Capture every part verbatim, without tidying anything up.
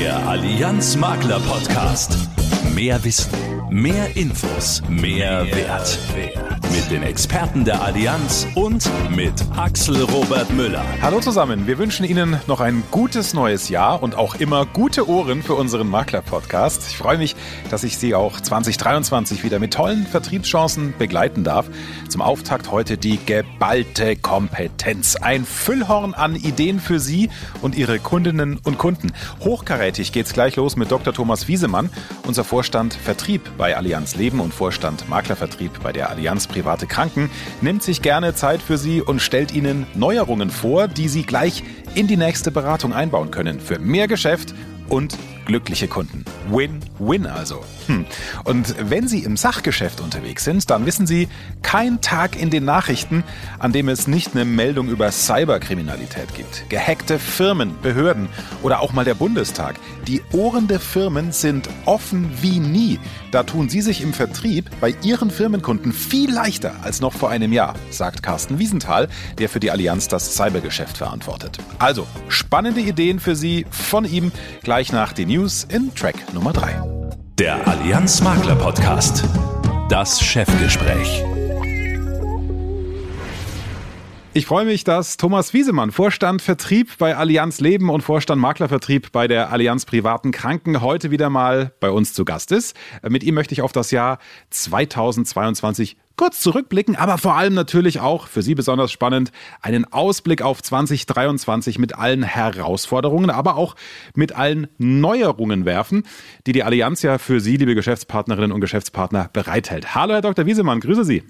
Der Allianz Makler Podcast. Mehr Wissen, mehr Infos, mehr, mehr Wert. Wert. Mit den Experten der Allianz und mit Axel Robert Müller. Hallo zusammen, wir wünschen Ihnen noch ein gutes neues Jahr und auch immer gute Ohren für unseren Makler-Podcast. Ich freue mich, dass ich Sie auch zwanzig dreiundzwanzig wieder mit tollen Vertriebschancen begleiten darf. Zum Auftakt heute die geballte Kompetenz. Ein Füllhorn an Ideen für Sie und Ihre Kundinnen und Kunden. Hochkarätig geht's gleich los mit Doktor Thomas Wiesemann, unser Vorstand Vertrieb bei Allianz Leben und Vorstand Maklervertrieb bei der Allianz Private Kranken, nimmt sich gerne Zeit für Sie und stellt Ihnen Neuerungen vor, die Sie gleich in die nächste Beratung einbauen können. Für mehr Geschäft und glückliche Kunden. Win-win also. Hm. Und wenn Sie im Sachgeschäft unterwegs sind, dann wissen Sie, kein Tag in den Nachrichten, an dem es nicht eine Meldung über Cyberkriminalität gibt. Gehackte Firmen, Behörden oder auch mal der Bundestag. Die Ohren der Firmen sind offen wie nie. Da tun Sie sich im Vertrieb bei Ihren Firmenkunden viel leichter als noch vor einem Jahr, sagt Carsten Wiesenthal, der für die Allianz das Cybergeschäft verantwortet. Also, spannende Ideen für Sie von ihm gleich nach den News in Track Nummer drei. Der Allianz Makler Podcast. Das Chefgespräch. Ich freue mich, dass Thomas Wiesemann, Vorstand Vertrieb bei Allianz Leben und Vorstand Maklervertrieb bei der Allianz Privaten Kranken, heute wieder mal bei uns zu Gast ist. Mit ihm möchte ich auf das Jahr zweitausendzweiundzwanzig kurz zurückblicken, aber vor allem natürlich auch, für Sie besonders spannend, einen Ausblick auf zwanzig dreiundzwanzig mit allen Herausforderungen, aber auch mit allen Neuerungen werfen, die die Allianz ja für Sie, liebe Geschäftspartnerinnen und Geschäftspartner, bereithält. Hallo, Herr Doktor Wiesemann, grüße Sie.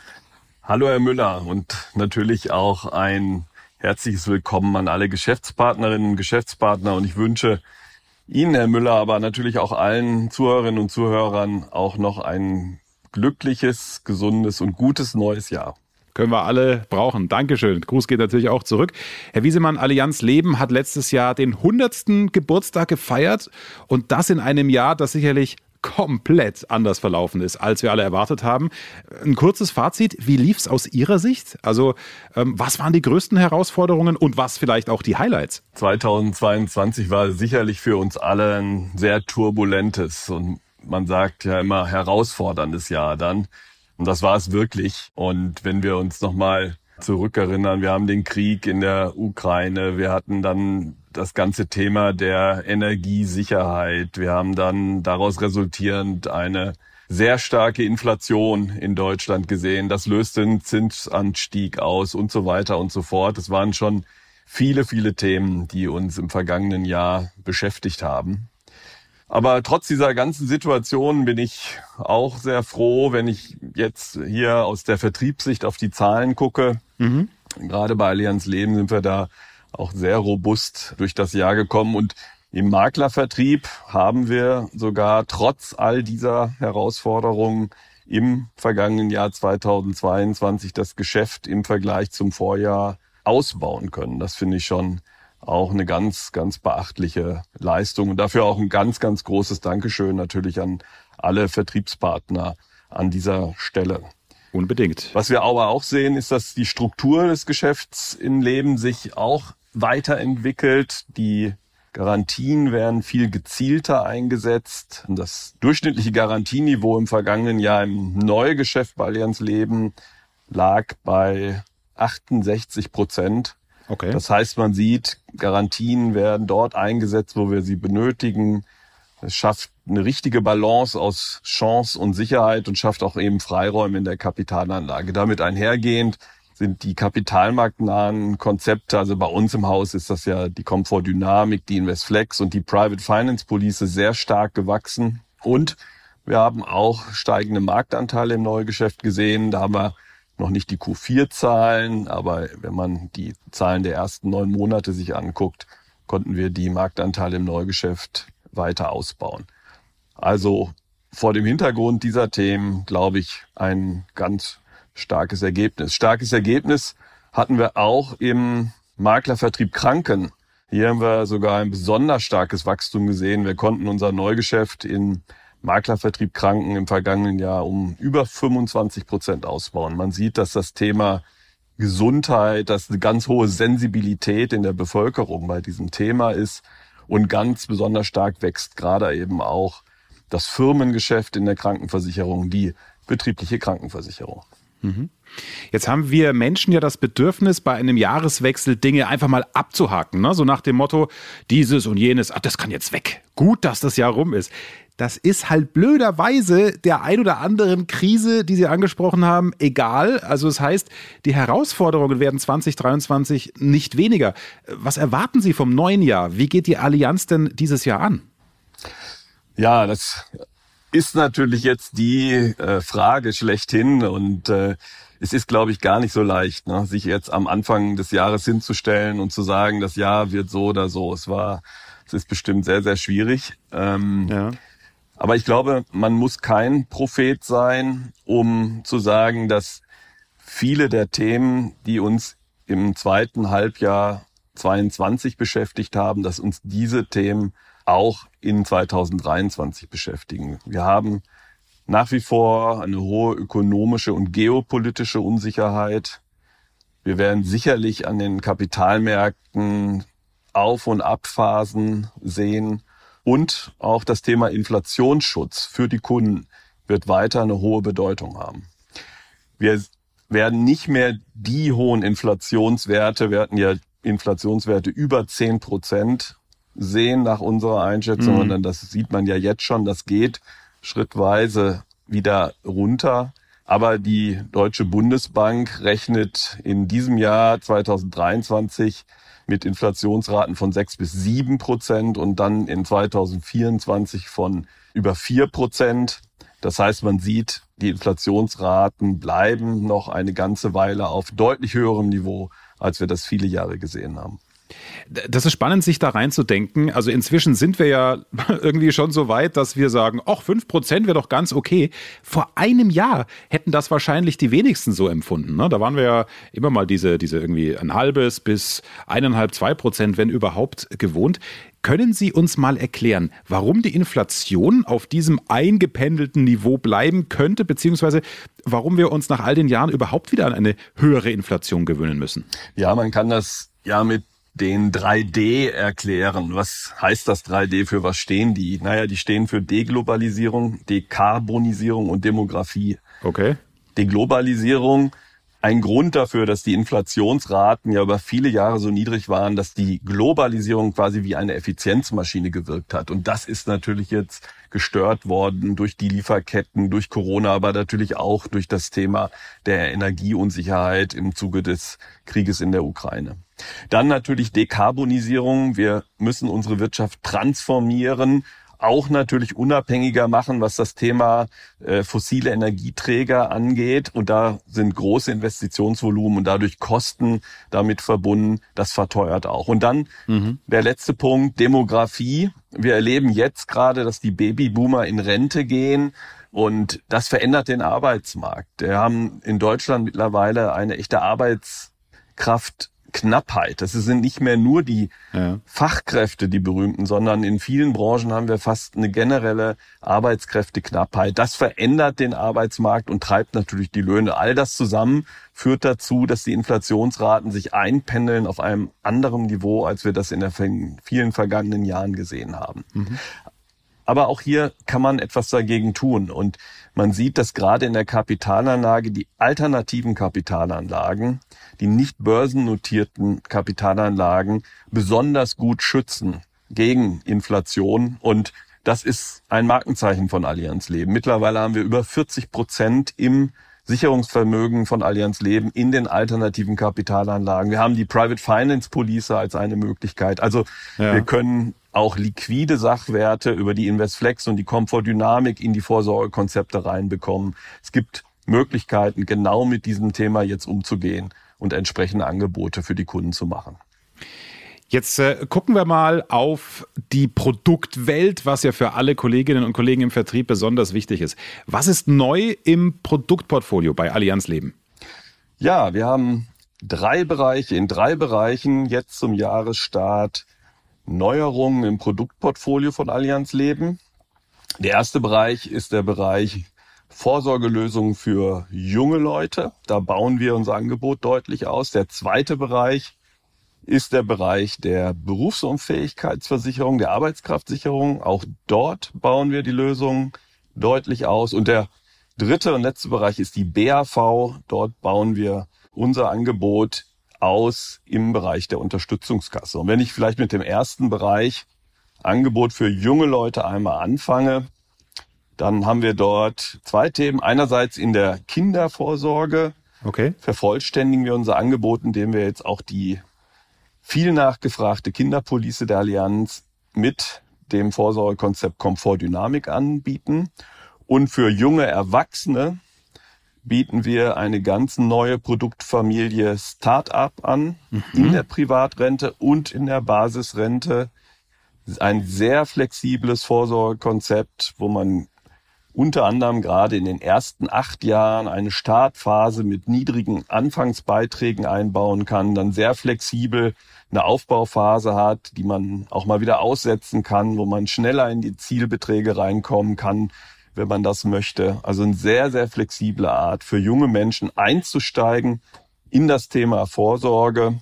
Hallo Herr Müller und natürlich auch ein herzliches Willkommen an alle Geschäftspartnerinnen und Geschäftspartner. Und ich wünsche Ihnen, Herr Müller, aber natürlich auch allen Zuhörerinnen und Zuhörern auch noch ein glückliches, gesundes und gutes neues Jahr. Können wir alle brauchen. Dankeschön. Gruß geht natürlich auch zurück. Herr Wiesemann, Allianz Leben hat letztes Jahr den hundertsten Geburtstag gefeiert und das in einem Jahr, das sicherlich komplett anders verlaufen ist, als wir alle erwartet haben. Ein kurzes Fazit, wie lief es aus Ihrer Sicht? Also ähm, was waren die größten Herausforderungen und was vielleicht auch die Highlights? zweitausendzweiundzwanzig war sicherlich für uns alle ein sehr turbulentes und man sagt ja immer herausforderndes Jahr dann. Und das war es wirklich. Und wenn wir uns nochmal zurückerinnern, wir haben den Krieg in der Ukraine, wir hatten dann das ganze Thema der Energiesicherheit. Wir haben dann daraus resultierend eine sehr starke Inflation in Deutschland gesehen. Das löste einen Zinsanstieg aus und so weiter und so fort. Es waren schon viele, viele Themen, die uns im vergangenen Jahr beschäftigt haben. Aber trotz dieser ganzen Situation bin ich auch sehr froh, wenn ich jetzt hier aus der Vertriebssicht auf die Zahlen gucke. Mhm. Gerade bei Allianz Leben sind wir da auch sehr robust durch das Jahr gekommen. Und im Maklervertrieb haben wir sogar trotz all dieser Herausforderungen im vergangenen Jahr zweitausendzweiundzwanzig das Geschäft im Vergleich zum Vorjahr ausbauen können. Das finde ich schon auch eine ganz, ganz beachtliche Leistung. Und dafür auch ein ganz, ganz großes Dankeschön natürlich an alle Vertriebspartner an dieser Stelle. Unbedingt. Was wir aber auch sehen, ist, dass die Struktur des Geschäfts im Leben sich auch weiterentwickelt. Die Garantien werden viel gezielter eingesetzt. Das durchschnittliche Garantieniveau im vergangenen Jahr im Neugeschäft bei Allianz Leben lag bei achtundsechzig Prozent. Okay. Das heißt, man sieht, Garantien werden dort eingesetzt, wo wir sie benötigen. Es schafft eine richtige Balance aus Chance und Sicherheit und schafft auch eben Freiräume in der Kapitalanlage. Damit einhergehend sind die kapitalmarktnahen Konzepte, also bei uns im Haus ist das ja die Comfort Dynamic, die Investflex und die Private Finance Police sehr stark gewachsen. Und wir haben auch steigende Marktanteile im Neugeschäft gesehen. Da haben wir noch nicht die Q vier Zahlen, aber wenn man die Zahlen der ersten neun Monate sich anguckt, konnten wir die Marktanteile im Neugeschäft weiter ausbauen. Also vor dem Hintergrund dieser Themen, glaube ich, ein ganz starkes Ergebnis. Starkes Ergebnis hatten wir auch im Maklervertrieb Kranken. Hier haben wir sogar ein besonders starkes Wachstum gesehen. Wir konnten unser Neugeschäft in Maklervertrieb Kranken im vergangenen Jahr um über fünfundzwanzig Prozent ausbauen. Man sieht, dass das Thema Gesundheit, dass eine ganz hohe Sensibilität in der Bevölkerung bei diesem Thema ist. Und ganz besonders stark wächst gerade eben auch das Firmengeschäft in der Krankenversicherung, die betriebliche Krankenversicherung. Jetzt haben wir Menschen ja das Bedürfnis, bei einem Jahreswechsel Dinge einfach mal abzuhaken, ne? So nach dem Motto, dieses und jenes, ach, das kann jetzt weg. Gut, dass das Jahr rum ist. Das ist halt blöderweise der ein oder anderen Krise, die Sie angesprochen haben, egal. Also das heißt, die Herausforderungen werden zwanzig dreiundzwanzig nicht weniger. Was erwarten Sie vom neuen Jahr? Wie geht die Allianz denn dieses Jahr an? Ja, das ist natürlich jetzt die äh, Frage schlechthin und äh, es ist, glaube ich, gar nicht so leicht, ne, sich jetzt am Anfang des Jahres hinzustellen und zu sagen, das Jahr wird so oder so. Es war, es ist bestimmt sehr, sehr schwierig. Ähm, ja. Aber ich glaube, man muss kein Prophet sein, um zu sagen, dass viele der Themen, die uns im zweiten Halbjahr zweiundzwanzig beschäftigt haben, dass uns diese Themen auch in zwanzig dreiundzwanzig beschäftigen. Wir haben nach wie vor eine hohe ökonomische und geopolitische Unsicherheit. Wir werden sicherlich an den Kapitalmärkten Auf- und Abphasen sehen. Und auch das Thema Inflationsschutz für die Kunden wird weiter eine hohe Bedeutung haben. Wir werden nicht mehr die hohen Inflationswerte, wir hatten ja Inflationswerte über zehn Prozent, sehen nach unserer Einschätzung, mhm. sondern das sieht man ja jetzt schon, das geht schrittweise wieder runter. Aber die Deutsche Bundesbank rechnet in diesem Jahr zwanzig dreiundzwanzig mit Inflationsraten von sechs bis sieben Prozent und dann in zwanzig vierundzwanzig von über vier Prozent. Das heißt, man sieht, die Inflationsraten bleiben noch eine ganze Weile auf deutlich höherem Niveau, als wir das viele Jahre gesehen haben. Das ist spannend, sich da reinzudenken. Also inzwischen sind wir ja irgendwie schon so weit, dass wir sagen, ach, fünf Prozent wäre doch ganz okay. Vor einem Jahr hätten das wahrscheinlich die wenigsten so empfunden. Ne? Da waren wir ja immer mal diese, diese irgendwie ein halbes bis eineinhalb, zwei Prozent, wenn überhaupt, gewohnt. Können Sie uns mal erklären, warum die Inflation auf diesem eingependelten Niveau bleiben könnte, beziehungsweise warum wir uns nach all den Jahren überhaupt wieder an eine höhere Inflation gewöhnen müssen? Ja, man kann das ja mit den drei D erklären. Was heißt das drei D? Für was stehen die? Naja, die stehen für Deglobalisierung, Dekarbonisierung und Demografie. Okay. Deglobalisierung, ein Grund dafür, dass die Inflationsraten ja über viele Jahre so niedrig waren, dass die Globalisierung quasi wie eine Effizienzmaschine gewirkt hat. Und das ist natürlich jetzt gestört worden durch die Lieferketten, durch Corona, aber natürlich auch durch das Thema der Energieunsicherheit im Zuge des Krieges in der Ukraine. Dann natürlich Dekarbonisierung. Wir müssen unsere Wirtschaft transformieren, auch natürlich unabhängiger machen, was das Thema äh, fossile Energieträger angeht. Und da sind große Investitionsvolumen und dadurch Kosten damit verbunden. Das verteuert auch. Und dann mhm. der letzte Punkt, Demografie. Wir erleben jetzt gerade, dass die Babyboomer in Rente gehen. Und das verändert den Arbeitsmarkt. Wir haben in Deutschland mittlerweile eine echte Arbeitskraft Knappheit. Das sind nicht mehr nur die ja. Fachkräfte, die berühmten, sondern in vielen Branchen haben wir fast eine generelle Arbeitskräfteknappheit. Das verändert den Arbeitsmarkt und treibt natürlich die Löhne. All das zusammen führt dazu, dass die Inflationsraten sich einpendeln auf einem anderen Niveau, als wir das in den vielen vergangenen Jahren gesehen haben. Mhm. Aber auch hier kann man etwas dagegen tun. Und man sieht, dass gerade in der Kapitalanlage die alternativen Kapitalanlagen, die nicht börsennotierten Kapitalanlagen besonders gut schützen gegen Inflation. Und das ist ein Markenzeichen von Allianz Leben. Mittlerweile haben wir über vierzig Prozent im Sicherungsvermögen von Allianz Leben in den alternativen Kapitalanlagen. Wir haben die Private Finance Police als eine Möglichkeit. Also ja. wir können auch liquide Sachwerte über die Investflex und die Komfortdynamik in die Vorsorgekonzepte reinbekommen. Es gibt Möglichkeiten, genau mit diesem Thema jetzt umzugehen und entsprechende Angebote für die Kunden zu machen. Jetzt äh, gucken wir mal auf die Produktwelt, was ja für alle Kolleginnen und Kollegen im Vertrieb besonders wichtig ist. Was ist neu im Produktportfolio bei Allianz Leben? Ja, wir haben drei Bereiche, in drei Bereichen jetzt zum Jahresstart Neuerungen im Produktportfolio von Allianz Leben. Der erste Bereich ist der Bereich Vorsorgelösungen für junge Leute. Da bauen wir unser Angebot deutlich aus. Der zweite Bereich ist der Bereich der Berufsunfähigkeitsversicherung, der Arbeitskraftsicherung. Auch dort bauen wir die Lösung deutlich aus. Und der dritte und letzte Bereich ist die B A V. Dort bauen wir unser Angebot aus im Bereich der Unterstützungskasse. Und wenn ich vielleicht mit dem ersten Bereich Angebot für junge Leute einmal anfange, dann haben wir dort zwei Themen. Einerseits in der Kindervorsorge okay. vervollständigen wir unser Angebot, indem wir jetzt auch die viel nachgefragte Kinderpolice der Allianz mit dem Vorsorgekonzept Komfort Dynamik anbieten. Und für junge Erwachsene bieten wir eine ganz neue Produktfamilie Start-up an, mhm. in der Privatrente und in der Basisrente. Ein sehr flexibles Vorsorgekonzept, wo man unter anderem gerade in den ersten acht Jahren eine Startphase mit niedrigen Anfangsbeiträgen einbauen kann, dann sehr flexibel eine Aufbauphase hat, die man auch mal wieder aussetzen kann, wo man schneller in die Zielbeträge reinkommen kann, wenn man das möchte. Also eine sehr, sehr flexible Art für junge Menschen einzusteigen in das Thema Vorsorge.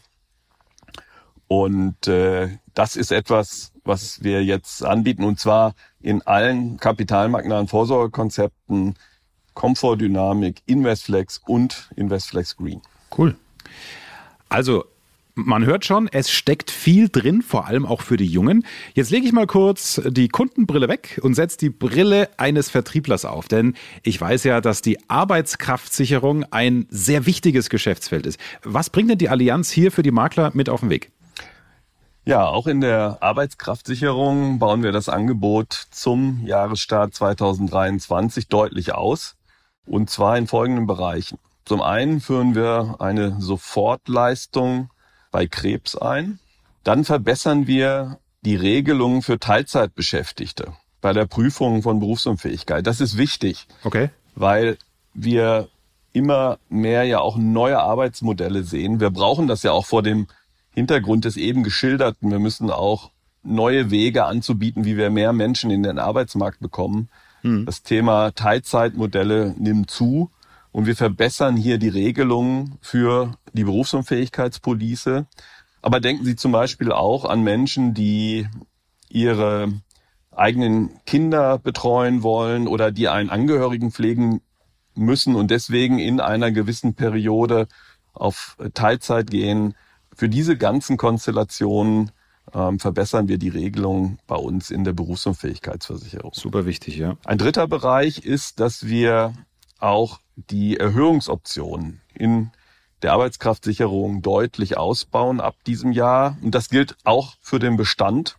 Und äh, das ist etwas, was wir jetzt anbieten, und zwar in allen kapitalmarktnahen Vorsorgekonzepten, Komfort Dynamik, Investflex und Investflex Green. Cool. Also man hört schon, es steckt viel drin, vor allem auch für die Jungen. Jetzt lege ich mal kurz die Kundenbrille weg und setze die Brille eines Vertrieblers auf. Denn ich weiß ja, dass die Arbeitskraftsicherung ein sehr wichtiges Geschäftsfeld ist. Was bringt denn die Allianz hier für die Makler mit auf den Weg? Ja, auch in der Arbeitskraftsicherung bauen wir das Angebot zum Jahresstart zweitausenddreiundzwanzig deutlich aus. Und zwar in folgenden Bereichen. Zum einen führen wir eine Sofortleistung bei Krebs ein. Dann verbessern wir die Regelungen für Teilzeitbeschäftigte bei der Prüfung von Berufsunfähigkeit. Das ist wichtig, okay, weil wir immer mehr ja auch neue Arbeitsmodelle sehen. Wir brauchen das ja auch vor dem Hintergrund des eben Geschilderten. Wir müssen auch neue Wege anzubieten, wie wir mehr Menschen in den Arbeitsmarkt bekommen. Hm. Das Thema Teilzeitmodelle nimmt zu. Und wir verbessern hier die Regelungen für die Berufsunfähigkeitspolice. Aber denken Sie zum Beispiel auch an Menschen, die ihre eigenen Kinder betreuen wollen oder die einen Angehörigen pflegen müssen und deswegen in einer gewissen Periode auf Teilzeit gehen. Für diese ganzen Konstellationen ähm, verbessern wir die Regelungen bei uns in der Berufsunfähigkeitsversicherung. Super wichtig, ja. Ein dritter Bereich ist, dass wir auch die Erhöhungsoptionen in der Arbeitskraftsicherung deutlich ausbauen ab diesem Jahr. Und das gilt auch für den Bestand.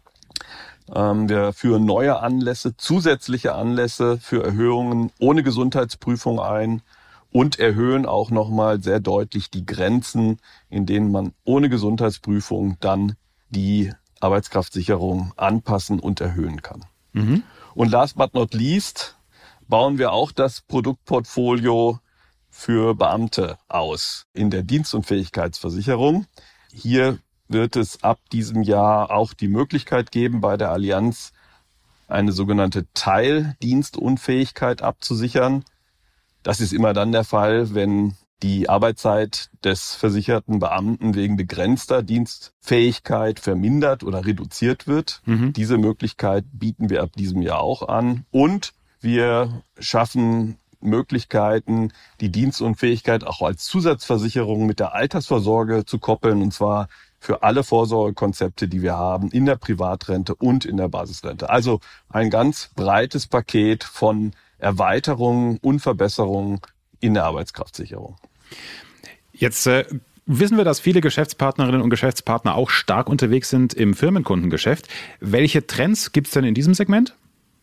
Ähm, wir führen neue Anlässe, zusätzliche Anlässe für Erhöhungen ohne Gesundheitsprüfung ein und erhöhen auch nochmal sehr deutlich die Grenzen, in denen man ohne Gesundheitsprüfung dann die Arbeitskraftsicherung anpassen und erhöhen kann. Mhm. Und last but not least bauen wir auch das Produktportfolio für Beamte aus in der Dienstunfähigkeitsversicherung. Hier wird es ab diesem Jahr auch die Möglichkeit geben, bei der Allianz eine sogenannte Teildienstunfähigkeit abzusichern. Das ist immer dann der Fall, wenn die Arbeitszeit des versicherten Beamten wegen begrenzter Dienstfähigkeit vermindert oder reduziert wird. Mhm. Diese Möglichkeit bieten wir ab diesem Jahr auch an. Und wir schaffen Möglichkeiten, die Dienstunfähigkeit auch als Zusatzversicherung mit der Altersvorsorge zu koppeln, und zwar für alle Vorsorgekonzepte, die wir haben, in der Privatrente und in der Basisrente. Also ein ganz breites Paket von Erweiterungen und Verbesserungen in der Arbeitskraftsicherung. Jetzt äh, wissen wir, dass viele Geschäftspartnerinnen und Geschäftspartner auch stark unterwegs sind im Firmenkundengeschäft. Welche Trends gibt es denn in diesem Segment?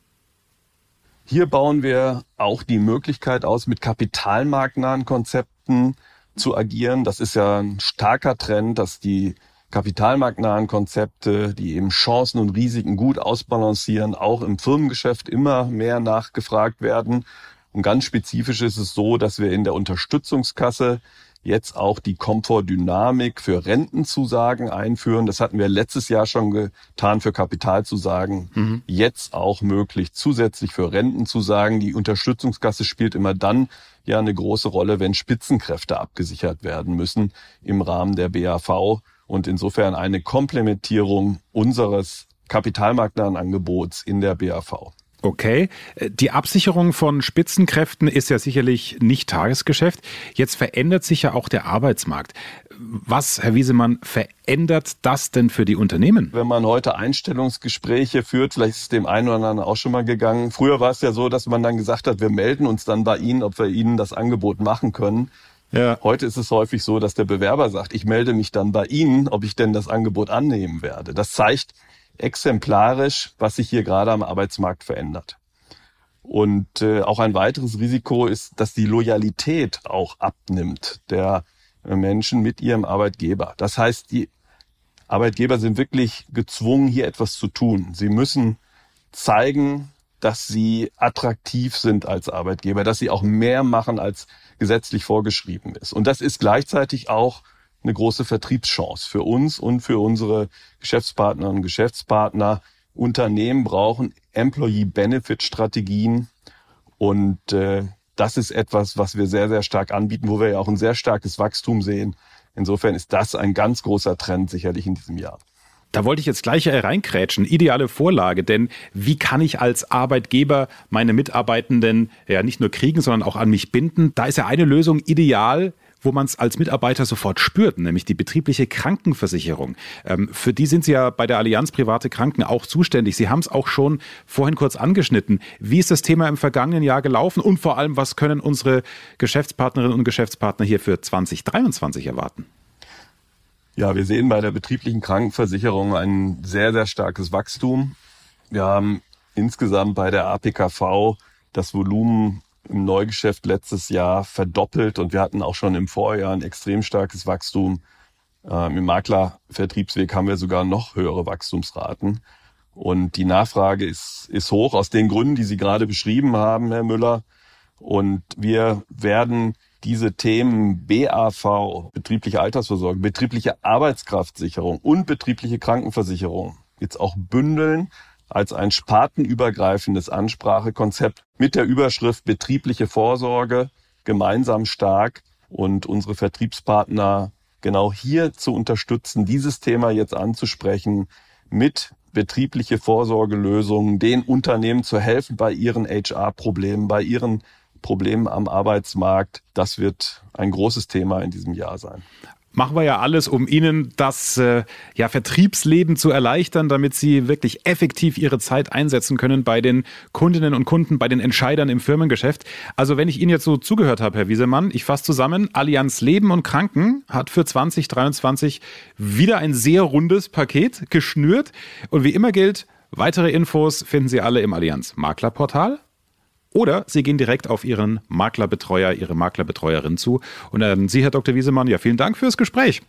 Hier bauen wir auch die Möglichkeit aus, mit kapitalmarktnahen Konzepten zu agieren. Das ist ja ein starker Trend, dass die kapitalmarktnahen Konzepte, die eben Chancen und Risiken gut ausbalancieren, auch im Firmengeschäft immer mehr nachgefragt werden. Und ganz spezifisch ist es so, dass wir in der Unterstützungskasse jetzt auch die Komfortdynamik für Rentenzusagen einführen. Das hatten wir letztes Jahr schon getan für Kapitalzusagen. Mhm. Jetzt auch möglich zusätzlich für Rentenzusagen. Die Unterstützungskasse spielt immer dann ja eine große Rolle, wenn Spitzenkräfte abgesichert werden müssen im Rahmen der B A V. und insofern eine Komplementierung unseres kapitalmarktnahen Angebots in der B A V. Okay, die Absicherung von Spitzenkräften ist ja sicherlich nicht Tagesgeschäft. Jetzt verändert sich ja auch der Arbeitsmarkt. Was, Herr Wiesemann, verändert das denn für die Unternehmen? Wenn man heute Einstellungsgespräche führt, vielleicht ist es dem einen oder anderen auch schon mal gegangen. Früher war es ja so, dass man dann gesagt hat, wir melden uns dann bei Ihnen, ob wir Ihnen das Angebot machen können. Ja. Heute ist es häufig so, dass der Bewerber sagt, ich melde mich dann bei Ihnen, ob ich denn das Angebot annehmen werde. Das zeigt exemplarisch, was sich hier gerade am Arbeitsmarkt verändert. Und äh, auch ein weiteres Risiko ist, dass die Loyalität auch abnimmt der Menschen mit ihrem Arbeitgeber. Das heißt, die Arbeitgeber sind wirklich gezwungen, hier etwas zu tun. Sie müssen zeigen, dass sie attraktiv sind als Arbeitgeber, dass sie auch mehr machen, als gesetzlich vorgeschrieben ist. Und das ist gleichzeitig auch eine große Vertriebschance für uns und für unsere Geschäftspartnerinnen und Geschäftspartner. Unternehmen brauchen Employee-Benefit-Strategien und äh, das ist etwas, was wir sehr, sehr stark anbieten, wo wir ja auch ein sehr starkes Wachstum sehen. Insofern ist das ein ganz großer Trend sicherlich in diesem Jahr. Da wollte ich jetzt gleich reinkrätschen. Ideale Vorlage, denn wie kann ich als Arbeitgeber meine Mitarbeitenden ja nicht nur kriegen, sondern auch an mich binden? Da ist ja eine Lösung ideal, wo man es als Mitarbeiter sofort spürt, nämlich die betriebliche Krankenversicherung. Ähm, für die sind Sie ja bei der Allianz Private Kranken auch zuständig. Sie haben es auch schon vorhin kurz angeschnitten. Wie ist das Thema im vergangenen Jahr gelaufen und vor allem, was können unsere Geschäftspartnerinnen und Geschäftspartner hier für zwanzig dreiundzwanzig erwarten? Ja, wir sehen bei der betrieblichen Krankenversicherung ein sehr, sehr starkes Wachstum. Wir haben insgesamt bei der A P K V das Volumen im Neugeschäft letztes Jahr verdoppelt und wir hatten auch schon im Vorjahr ein extrem starkes Wachstum. Ähm, Im Maklervertriebsweg haben wir sogar noch höhere Wachstumsraten. Und die Nachfrage ist, ist hoch aus den Gründen, die Sie gerade beschrieben haben, Herr Müller. Und wir werden diese Themen B A V, betriebliche Altersvorsorge, betriebliche Arbeitskraftsicherung und betriebliche Krankenversicherung jetzt auch bündeln als ein spartenübergreifendes Ansprachekonzept mit der Überschrift betriebliche Vorsorge gemeinsam stark und unsere Vertriebspartner genau hier zu unterstützen, dieses Thema jetzt anzusprechen, mit betriebliche Vorsorgelösungen, den Unternehmen zu helfen bei ihren H R-Problemen, bei ihren Problemen am Arbeitsmarkt. Das wird ein großes Thema in diesem Jahr sein. Machen wir ja alles, um Ihnen das äh, ja, Vertriebsleben zu erleichtern, damit Sie wirklich effektiv Ihre Zeit einsetzen können bei den Kundinnen und Kunden, bei den Entscheidern im Firmengeschäft. Also wenn ich Ihnen jetzt so zugehört habe, Herr Wiesemann, ich fasse zusammen, Allianz Leben und Kranken hat für zwanzig dreiundzwanzig wieder ein sehr rundes Paket geschnürt. Und wie immer gilt, weitere Infos finden Sie alle im Allianz Maklerportal. Oder Sie gehen direkt auf Ihren Maklerbetreuer, Ihre Maklerbetreuerin zu. Und dann Sie, Herr Doktor Wiesemann, ja, vielen Dank fürs Gespräch.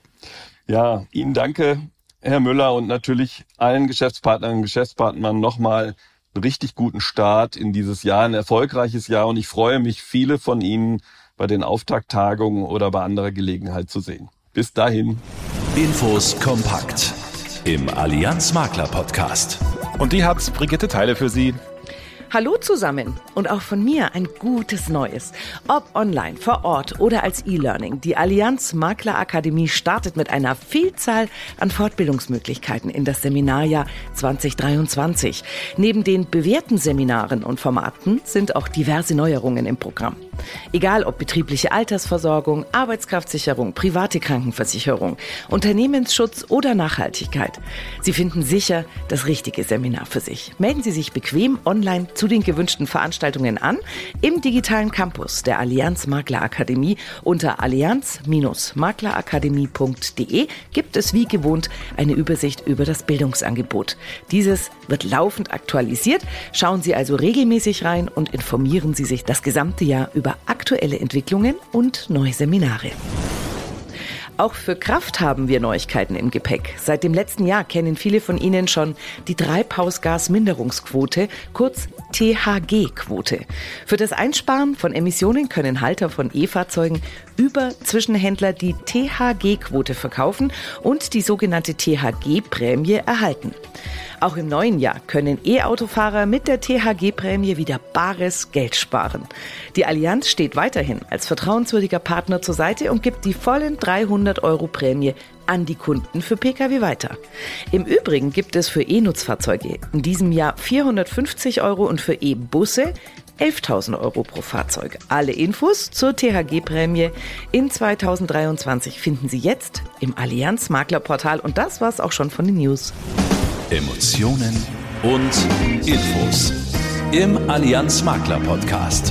Ja, Ihnen danke, Herr Müller, und natürlich allen Geschäftspartnerinnen und Geschäftspartnern nochmal einen richtig guten Start in dieses Jahr, ein erfolgreiches Jahr. Und ich freue mich, viele von Ihnen bei den Auftakttagungen oder bei anderer Gelegenheit zu sehen. Bis dahin. Infos kompakt im Allianz Makler Podcast. Und die hat Brigitte Theile für Sie. Hallo zusammen und auch von mir ein gutes Neues. Ob online, vor Ort oder als E-Learning, die Allianz Makler Akademie startet mit einer Vielzahl an Fortbildungsmöglichkeiten in das Seminarjahr zwanzig dreiundzwanzig. Neben den bewährten Seminaren und Formaten sind auch diverse Neuerungen im Programm. Egal ob betriebliche Altersversorgung, Arbeitskraftsicherung, private Krankenversicherung, Unternehmensschutz oder Nachhaltigkeit. Sie finden sicher das richtige Seminar für sich. Melden Sie sich bequem online zu den gewünschten Veranstaltungen an im digitalen Campus der Allianz Makler Akademie. Unter allianz maklerakademie punkt de gibt es wie gewohnt eine Übersicht über das Bildungsangebot. Dieses wird laufend aktualisiert. Schauen Sie also regelmäßig rein und informieren Sie sich das gesamte Jahr über aktuelle Entwicklungen und neue Seminare. Auch für Kraft haben wir Neuigkeiten im Gepäck. Seit dem letzten Jahr kennen viele von Ihnen schon die Treibhausgasminderungsquote, kurz T H G-Quote. Für das Einsparen von Emissionen können Halter von E-Fahrzeugen über Zwischenhändler die T H G-Quote verkaufen und die sogenannte T H G-Prämie erhalten. Auch im neuen Jahr können E-Autofahrer mit der T H G-Prämie wieder bares Geld sparen. Die Allianz steht weiterhin als vertrauenswürdiger Partner zur Seite und gibt die vollen dreihundert Euro Prämie an die Kunden für Pkw weiter. Im Übrigen gibt es für E-Nutzfahrzeuge in diesem Jahr vierhundertfünfzig Euro und für E-Busse elftausend Euro pro Fahrzeug. Alle Infos zur T H G-Prämie in zweitausenddreiundzwanzig finden Sie jetzt im Allianz Maklerportal. Und das war's auch schon von den News. Emotionen und Infos im Allianz Makler Podcast.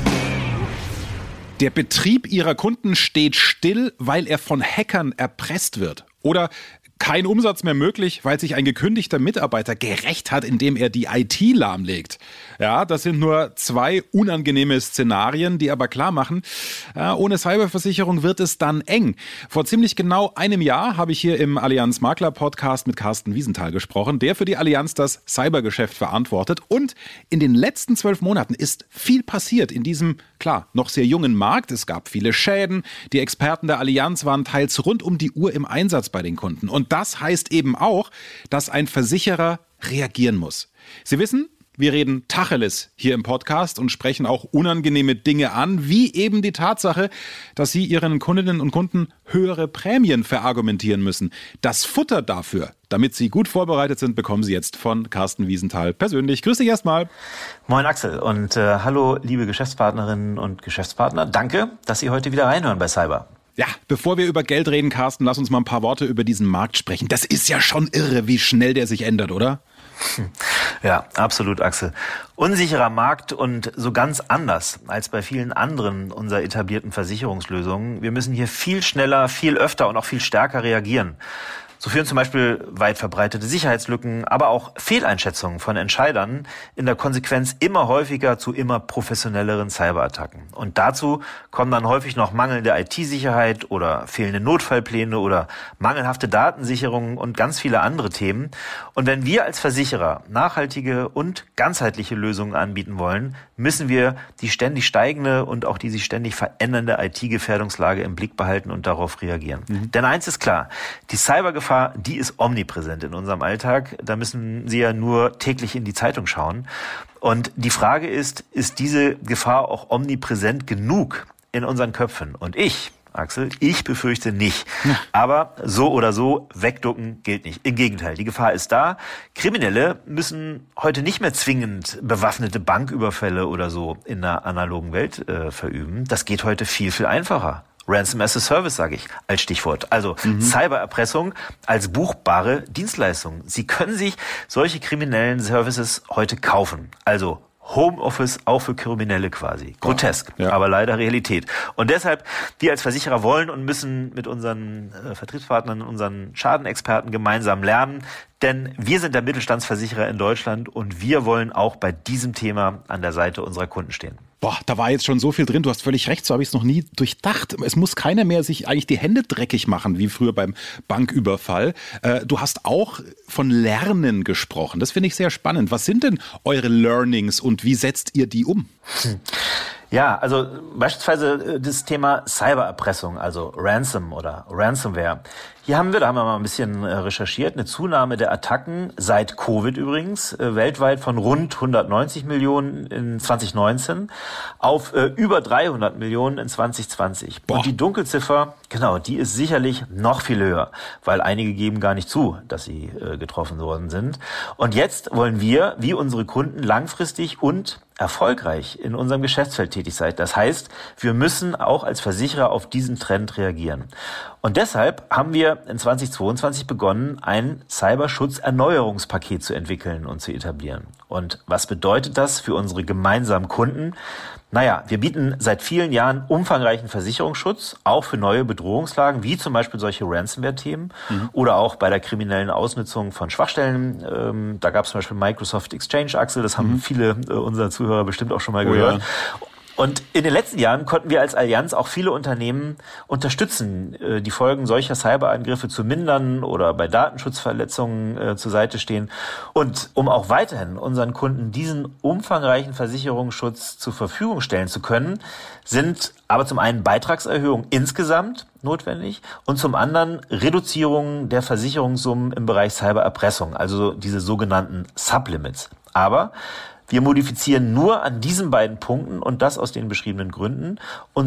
Der Betrieb Ihrer Kunden steht still, weil er von Hackern erpresst wird. Oder kein Umsatz mehr möglich, weil sich ein gekündigter Mitarbeiter gerächt hat, indem er die I T lahmlegt. Ja, das sind nur zwei unangenehme Szenarien, die aber klar machen, ja, ohne Cyberversicherung wird es dann eng. Vor ziemlich genau einem Jahr habe ich hier im Allianz Makler Podcast mit Carsten Wiesenthal gesprochen, der für die Allianz das Cybergeschäft verantwortet. Und in den letzten zwölf Monaten ist viel passiert in diesem, klar, noch sehr jungen Markt. Es gab viele Schäden. Die Experten der Allianz waren teils rund um die Uhr im Einsatz bei den Kunden. Und das heißt eben auch, dass ein Versicherer reagieren muss. Sie wissen, wir reden Tacheles hier im Podcast und sprechen auch unangenehme Dinge an, wie eben die Tatsache, dass Sie Ihren Kundinnen und Kunden höhere Prämien verargumentieren müssen. Das Futter dafür, damit Sie gut vorbereitet sind, bekommen Sie jetzt von Carsten Wiesenthal persönlich. Grüß dich erstmal. Moin Axel und äh, hallo liebe Geschäftspartnerinnen und Geschäftspartner. Danke, dass Sie heute wieder reinhören bei Cyber. Ja, bevor wir über Geld reden, Carsten, lass uns mal ein paar Worte über diesen Markt sprechen. Das ist ja schon irre, wie schnell der sich ändert, oder? Ja, absolut, Axel. Unsicherer Markt und so ganz anders als bei vielen anderen unserer etablierten Versicherungslösungen. Wir müssen hier viel schneller, viel öfter und auch viel stärker reagieren. So führen zum Beispiel weit verbreitete Sicherheitslücken, aber auch Fehleinschätzungen von Entscheidern in der Konsequenz immer häufiger zu immer professionelleren Cyberattacken. Und dazu kommen dann häufig noch mangelnde I T-Sicherheit oder fehlende Notfallpläne oder mangelhafte Datensicherungen und ganz viele andere Themen. Und wenn wir als Versicherer nachhaltige und ganzheitliche Lösungen anbieten wollen, müssen wir die ständig steigende und auch die sich ständig verändernde I T-Gefährdungslage im Blick behalten und darauf reagieren. Mhm. Denn eins ist klar, die Cybergefahr, die ist omnipräsent in unserem Alltag. Da müssen Sie ja nur täglich in die Zeitung schauen. Und die Frage ist, ist diese Gefahr auch omnipräsent genug in unseren Köpfen? Und ich, Axel, ich befürchte nicht. Ja. Aber so oder so, wegducken gilt nicht. Im Gegenteil, die Gefahr ist da. Kriminelle müssen heute nicht mehr zwingend bewaffnete Banküberfälle oder so in der analogen Welt äh, verüben. Das geht heute viel, viel einfacher. Ransom as a Service, sage ich, als Stichwort. Also mhm. Cybererpressung als buchbare Dienstleistung. Sie können sich solche kriminellen Services heute kaufen. Also Homeoffice auch für Kriminelle quasi. Grotesk, ja. Aber leider Realität. Und deshalb, wir als Versicherer wollen und müssen mit unseren äh, Vertriebspartnern, unseren Schadenexperten gemeinsam lernen, denn wir sind der Mittelstandsversicherer in Deutschland und wir wollen auch bei diesem Thema an der Seite unserer Kunden stehen. Boah, da war jetzt schon so viel drin. Du hast völlig recht, so habe ich es noch nie durchdacht. Es muss keiner mehr sich eigentlich die Hände dreckig machen, wie früher beim Banküberfall. Äh, du hast auch von Lernen gesprochen. Das finde ich sehr spannend. Was sind denn eure Learnings und wie setzt ihr die um? Hm. Ja, also beispielsweise das Thema Cybererpressung, also Ransom oder Ransomware. Hier haben wir, da haben wir mal ein bisschen recherchiert, eine Zunahme der Attacken seit Covid übrigens, äh, weltweit von rund hundertneunzig Millionen in zwanzig neunzehn auf äh, über dreihundert Millionen in zwanzig zwanzig. Boah. Und die Dunkelziffer, genau, die ist sicherlich noch viel höher, weil einige geben gar nicht zu, dass sie äh, getroffen worden sind. Und jetzt wollen wir, wie unsere Kunden, langfristig und erfolgreich in unserem Geschäftsfeld tätig sein. Das heißt, wir müssen auch als Versicherer auf diesen Trend reagieren. Und deshalb haben wir in zwanzig zweiundzwanzig begonnen, ein Cyberschutzerneuerungspaket zu entwickeln und zu etablieren. Und was bedeutet das für unsere gemeinsamen Kunden? Naja, wir bieten seit vielen Jahren umfangreichen Versicherungsschutz, auch für neue Bedrohungslagen, wie zum Beispiel solche Ransomware-Themen mhm. oder auch bei der kriminellen Ausnutzung von Schwachstellen. Ähm, da gab es zum Beispiel Microsoft Exchange, Axel, das haben mhm. viele äh, unserer Zuhörer bestimmt auch schon mal oh, gehört. Ja. Und in den letzten Jahren konnten wir als Allianz auch viele Unternehmen unterstützen, die Folgen solcher Cyberangriffe zu mindern oder bei Datenschutzverletzungen äh, zur Seite stehen. Und um auch weiterhin unseren Kunden diesen umfangreichen Versicherungsschutz zur Verfügung stellen zu können, sind aber zum einen Beitragserhöhungen insgesamt notwendig und zum anderen Reduzierungen der Versicherungssummen im Bereich Cybererpressung, also diese sogenannten Sublimits. Aber wir modifizieren nur an diesen beiden Punkten und das aus den beschriebenen Gründen unseren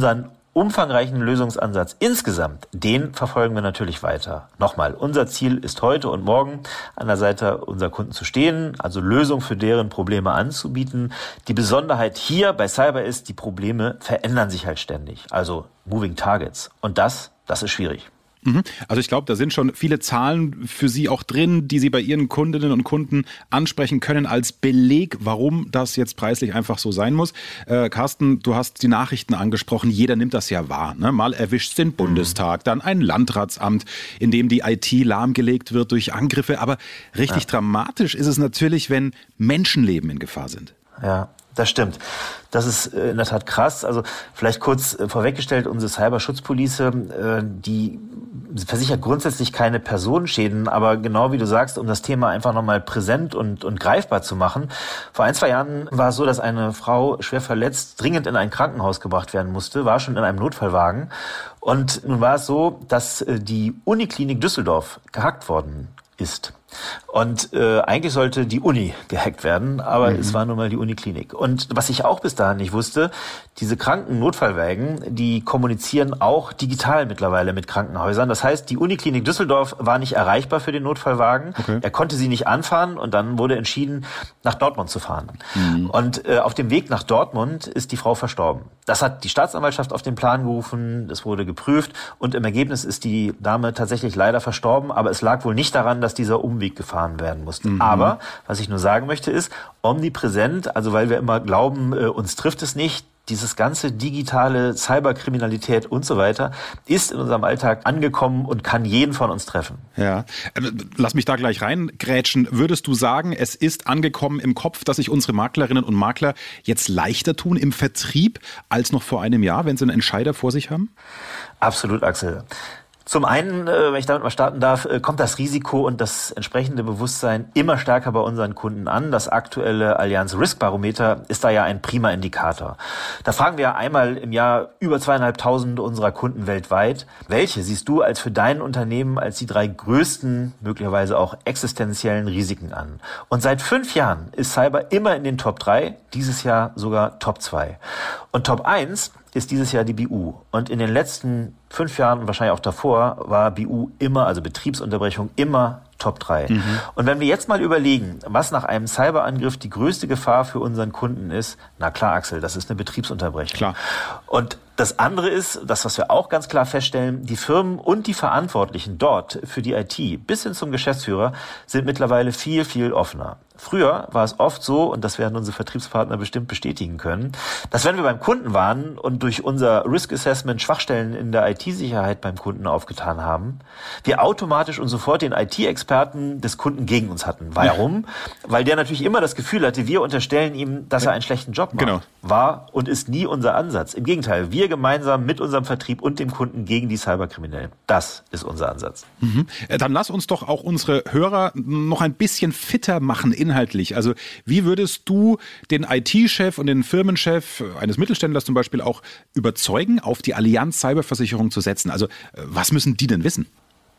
umfangreichen Lösungsansatz insgesamt, den verfolgen wir natürlich weiter. Nochmal, unser Ziel ist heute und morgen an der Seite unserer Kunden zu stehen, also Lösungen für deren Probleme anzubieten. Die Besonderheit hier bei Cyber ist, die Probleme verändern sich halt ständig, also Moving Targets. Und das, das ist schwierig. Also ich glaube, da sind schon viele Zahlen für Sie auch drin, die Sie bei Ihren Kundinnen und Kunden ansprechen können als Beleg, warum das jetzt preislich einfach so sein muss. Äh, Carsten, du hast die Nachrichten angesprochen, jeder nimmt das ja wahr. Ne? Mal erwischt den Bundestag, dann ein Landratsamt, in dem die I T lahmgelegt wird durch Angriffe. Aber richtig ja. dramatisch ist es natürlich, wenn Menschenleben in Gefahr sind. Ja. Das stimmt. Das ist in der Tat krass. Also vielleicht kurz vorweggestellt, unsere Cyberschutzpolice, die versichert grundsätzlich keine Personenschäden, aber genau wie du sagst, um das Thema einfach nochmal präsent und, und greifbar zu machen. Vor ein, zwei Jahren war es so, dass eine Frau schwer verletzt dringend in ein Krankenhaus gebracht werden musste, war schon in einem Notfallwagen. Und nun war es so, dass die Uniklinik Düsseldorf gehackt worden ist. Und äh, eigentlich sollte die Uni gehackt werden, aber mhm. es war nun mal die Uniklinik. Und was ich auch bis dahin nicht wusste, diese Krankennotfallwagen, die kommunizieren auch digital mittlerweile mit Krankenhäusern. Das heißt, die Uniklinik Düsseldorf war nicht erreichbar für den Notfallwagen. Okay. Er konnte sie nicht anfahren und dann wurde entschieden, nach Dortmund zu fahren. Mhm. Und äh, auf dem Weg nach Dortmund ist die Frau verstorben. Das hat die Staatsanwaltschaft auf den Plan gerufen, das wurde geprüft und im Ergebnis ist die Dame tatsächlich leider verstorben, aber es lag wohl nicht daran, dass dieser Umweg gefahren werden musste. Mhm. Aber, was ich nur sagen möchte, ist, omnipräsent, also weil wir immer glauben, äh, uns trifft es nicht, dieses ganze digitale Cyberkriminalität und so weiter ist in unserem Alltag angekommen und kann jeden von uns treffen. Ja, lass mich da gleich reingrätschen. Würdest du sagen, es ist angekommen im Kopf, dass sich unsere Maklerinnen und Makler jetzt leichter tun im Vertrieb als noch vor einem Jahr, wenn sie einen Entscheider vor sich haben? Absolut, Axel. Zum einen, wenn ich damit mal starten darf, kommt das Risiko und das entsprechende Bewusstsein immer stärker bei unseren Kunden an. Das aktuelle Allianz Risk Barometer ist da ja ein prima Indikator. Da fragen wir einmal im Jahr über zweieinhalbtausend unserer Kunden weltweit. Welche siehst du als für dein Unternehmen als die drei größten, möglicherweise auch existenziellen Risiken an? Und seit fünf Jahren ist Cyber immer in den Top drei, dieses Jahr sogar Top zwei. Und Top eins ist dieses Jahr die B U. Und in den letzten fünf Jahren und wahrscheinlich auch davor war B U immer, also Betriebsunterbrechung, immer Top drei. Mhm. Und wenn wir jetzt mal überlegen, was nach einem Cyberangriff die größte Gefahr für unseren Kunden ist, na klar, Axel, das ist eine Betriebsunterbrechung. Klar. Und das andere ist, das, was wir auch ganz klar feststellen, die Firmen und die Verantwortlichen dort für die I T bis hin zum Geschäftsführer sind mittlerweile viel, viel offener. Früher war es oft so, und das werden unsere Vertriebspartner bestimmt bestätigen können, dass wenn wir beim Kunden waren und durch unser Risk Assessment Schwachstellen in der I T-Sicherheit beim Kunden aufgetan haben, wir automatisch und sofort den I T-Experten des Kunden gegen uns hatten. Warum? Ja. Weil der natürlich immer das Gefühl hatte, wir unterstellen ihm, dass er einen schlechten Job macht. Genau. War und ist nie unser Ansatz. Im Gegenteil, wir gemeinsam mit unserem Vertrieb und dem Kunden gegen die Cyberkriminellen. Das ist unser Ansatz. Mhm. Dann lass uns doch auch unsere Hörer noch ein bisschen fitter machen inhaltlich. Also wie würdest du den I T-Chef und den Firmenchef eines Mittelständlers zum Beispiel auch überzeugen, auf die Allianz Cyberversicherung zu setzen? Also was müssen die denn wissen?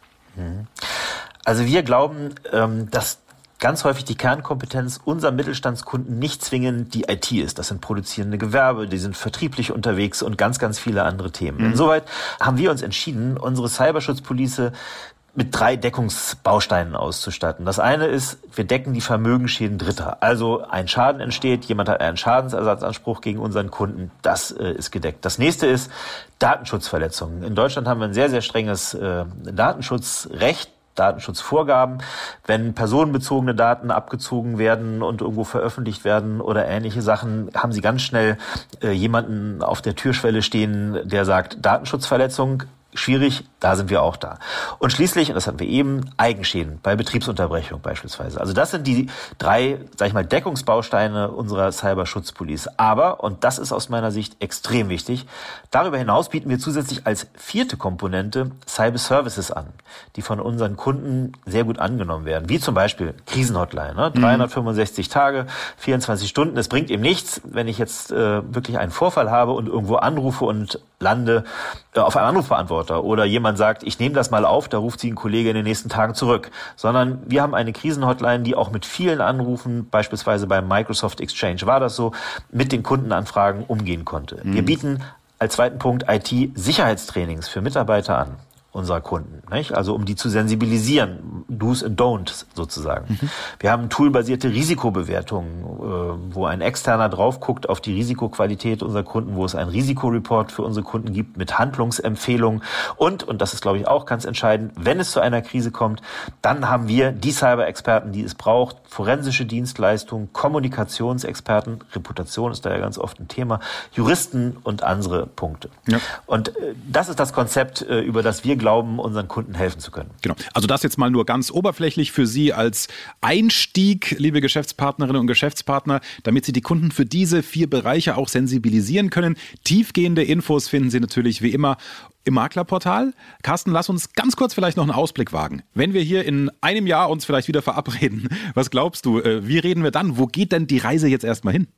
Also wir glauben, dass ganz häufig die Kernkompetenz unserer Mittelstandskunden nicht zwingend die I T ist. Das sind produzierende Gewerbe, die sind vertrieblich unterwegs und ganz, ganz viele andere Themen. Mhm. Insoweit haben wir uns entschieden, unsere Cyberschutzpolice mit drei Deckungsbausteinen auszustatten. Das eine ist, wir decken die Vermögensschäden Dritter. Also ein Schaden entsteht, jemand hat einen Schadensersatzanspruch gegen unseren Kunden, das äh, ist gedeckt. Das nächste ist Datenschutzverletzungen. In Deutschland haben wir ein sehr, sehr strenges äh, Datenschutzrecht, Datenschutzvorgaben. Wenn personenbezogene Daten abgezogen werden und irgendwo veröffentlicht werden oder ähnliche Sachen, haben Sie ganz schnell äh, jemanden auf der Türschwelle stehen, der sagt, Datenschutzverletzung, schwierig, da sind wir auch da. Und schließlich, und das hatten wir eben, Eigenschäden bei Betriebsunterbrechung beispielsweise. Also das sind die drei, sag ich mal, Deckungsbausteine unserer Cyberschutzpolice. Aber, und das ist aus meiner Sicht extrem wichtig, darüber hinaus bieten wir zusätzlich als vierte Komponente Cyber Services an, die von unseren Kunden sehr gut angenommen werden. Wie zum Beispiel Krisenhotline, ne? dreihundertfünfundsechzig mhm. Tage, vierundzwanzig Stunden. Es bringt eben nichts, wenn ich jetzt äh, wirklich einen Vorfall habe und irgendwo anrufe und lande äh, auf einem Anrufbeantworter. Oder jemand sagt, ich nehme das mal auf, da ruft Sie ein Kollege in den nächsten Tagen zurück. Sondern wir haben eine Krisenhotline, die auch mit vielen Anrufen, beispielsweise beim Microsoft Exchange war das so, mit den Kundenanfragen umgehen konnte. Mhm. Wir bieten als zweiten Punkt I T-Sicherheitstrainings für Mitarbeiter an unserer Kunden, nicht? Also um die zu sensibilisieren, Do's and Don'ts sozusagen. Mhm. Wir haben toolbasierte Risikobewertungen, äh, wo ein Externer drauf guckt auf die Risikoqualität unserer Kunden, wo es einen Risikoreport für unsere Kunden gibt mit Handlungsempfehlungen und, und das ist, glaube ich, auch ganz entscheidend, wenn es zu einer Krise kommt, dann haben wir die Cyber-Experten, die es braucht, forensische Dienstleistungen, Kommunikationsexperten, Reputation ist da ja ganz oft ein Thema, Juristen und andere Punkte. Ja. Und äh, das ist das Konzept, äh, über das wir glauben, unseren Kunden helfen zu können. Genau. Also das jetzt mal nur ganz oberflächlich für Sie als Einstieg, liebe Geschäftspartnerinnen und Geschäftspartner, damit Sie die Kunden für diese vier Bereiche auch sensibilisieren können. Tiefgehende Infos finden Sie natürlich wie immer im Maklerportal. Carsten, lass uns ganz kurz vielleicht noch einen Ausblick wagen. Wenn wir hier in einem Jahr uns vielleicht wieder verabreden, was glaubst du, wie reden wir dann? Wo geht denn die Reise jetzt erstmal hin?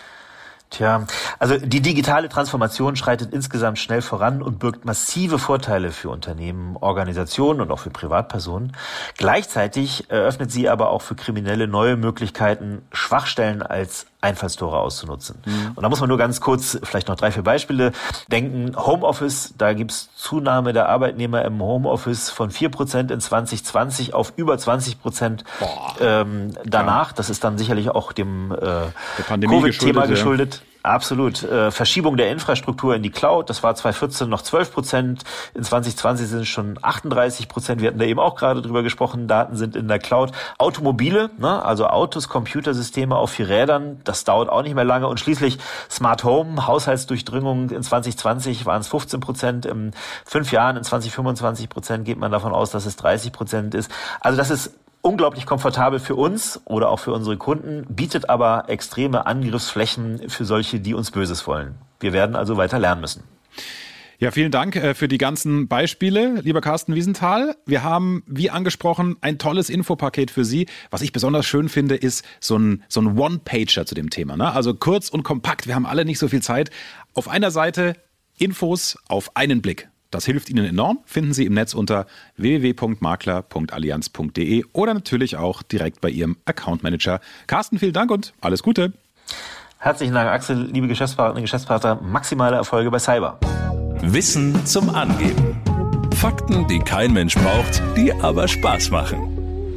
Tja, also die digitale Transformation schreitet insgesamt schnell voran und birgt massive Vorteile für Unternehmen, Organisationen und auch für Privatpersonen. Gleichzeitig eröffnet sie aber auch für Kriminelle neue Möglichkeiten, Schwachstellen als Einfallstore auszunutzen. Mhm. Und da muss man nur ganz kurz vielleicht noch drei, vier Beispiele denken. Homeoffice, da gibt's Zunahme der Arbeitnehmer im Homeoffice von vier Prozent in zwanzig zwanzig auf über zwanzig Prozent ähm, danach. Ja. Das ist dann sicherlich auch dem äh, Covid-Thema geschuldet. Ja. Absolut. Äh, Verschiebung der Infrastruktur in die Cloud, das war zwanzig vierzehn noch zwölf Prozent, in zwanzig zwanzig sind es schon achtunddreißig Prozent, wir hatten da eben auch gerade drüber gesprochen, Daten sind in der Cloud. Automobile, ne, also Autos, Computersysteme auf vier Rädern, das dauert auch nicht mehr lange und schließlich Smart Home, Haushaltsdurchdringung in zwanzig zwanzig waren es fünfzehn Prozent, in fünf Jahren in zwanzig fünfundzwanzig Prozent geht man davon aus, dass es dreißig Prozent ist. Also das ist unglaublich komfortabel für uns oder auch für unsere Kunden, bietet aber extreme Angriffsflächen für solche, die uns Böses wollen. Wir werden also weiter lernen müssen. Ja, vielen Dank für die ganzen Beispiele, lieber Carsten Wiesenthal. Wir haben, wie angesprochen, ein tolles Infopaket für Sie. Was ich besonders schön finde, ist so ein, so ein One-Pager zu dem Thema, ne? Also kurz und kompakt. Wir haben alle nicht so viel Zeit. Auf einer Seite Infos auf einen Blick. Das hilft Ihnen enorm, finden Sie im Netz unter w w w punkt makler punkt allianz punkt d e oder natürlich auch direkt bei Ihrem Account Manager. Carsten, vielen Dank und alles Gute. Herzlichen Dank, Axel, liebe Geschäftspartner und Geschäftspartner. Maximale Erfolge bei Cyber. Wissen zum Angeben. Fakten, die kein Mensch braucht, die aber Spaß machen.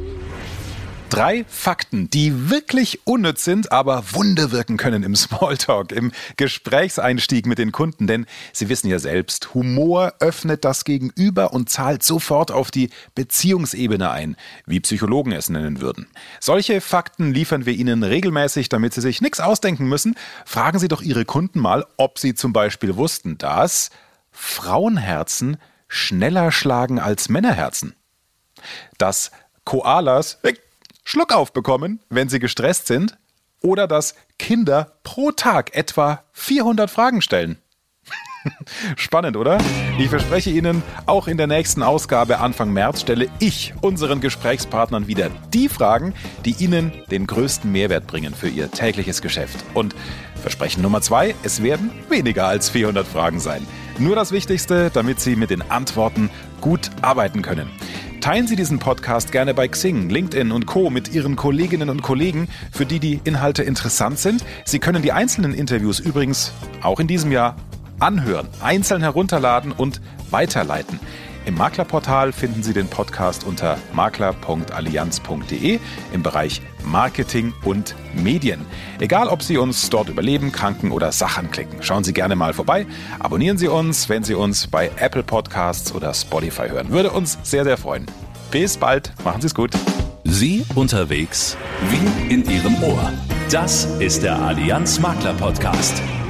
Drei Fakten, die wirklich unnütz sind, aber Wunder wirken können im Smalltalk, im Gesprächseinstieg mit den Kunden. Denn Sie wissen ja selbst, Humor öffnet das Gegenüber und zahlt sofort auf die Beziehungsebene ein, wie Psychologen es nennen würden. Solche Fakten liefern wir Ihnen regelmäßig, damit Sie sich nichts ausdenken müssen. Fragen Sie doch Ihre Kunden mal, ob sie zum Beispiel wussten, dass Frauenherzen schneller schlagen als Männerherzen. Dass Koalas Schluck aufbekommen, wenn sie gestresst sind, oder dass Kinder pro Tag etwa vierhundert Fragen stellen. Spannend, oder? Ich verspreche Ihnen, auch in der nächsten Ausgabe Anfang März stelle ich unseren Gesprächspartnern wieder die Fragen, die Ihnen den größten Mehrwert bringen für Ihr tägliches Geschäft. Und Versprechen Nummer zwei, es werden weniger als vierhundert Fragen sein. Nur das Wichtigste, damit Sie mit den Antworten gut arbeiten können. Teilen Sie diesen Podcast gerne bei Xing, LinkedIn und Co. mit Ihren Kolleginnen und Kollegen, für die die Inhalte interessant sind. Sie können die einzelnen Interviews übrigens auch in diesem Jahr anhören, einzeln herunterladen und weiterleiten. Im Maklerportal finden Sie den Podcast unter makler punkt allianz punkt d e im Bereich Marketing und Medien. Egal, ob Sie uns dort über Leben, Kranken oder Sachen klicken. Schauen Sie gerne mal vorbei. Abonnieren Sie uns, wenn Sie uns bei Apple Podcasts oder Spotify hören. Würde uns sehr, sehr freuen. Bis bald. Machen Sie es gut. Sie unterwegs wie in Ihrem Ohr. Das ist der Allianz Makler Podcast.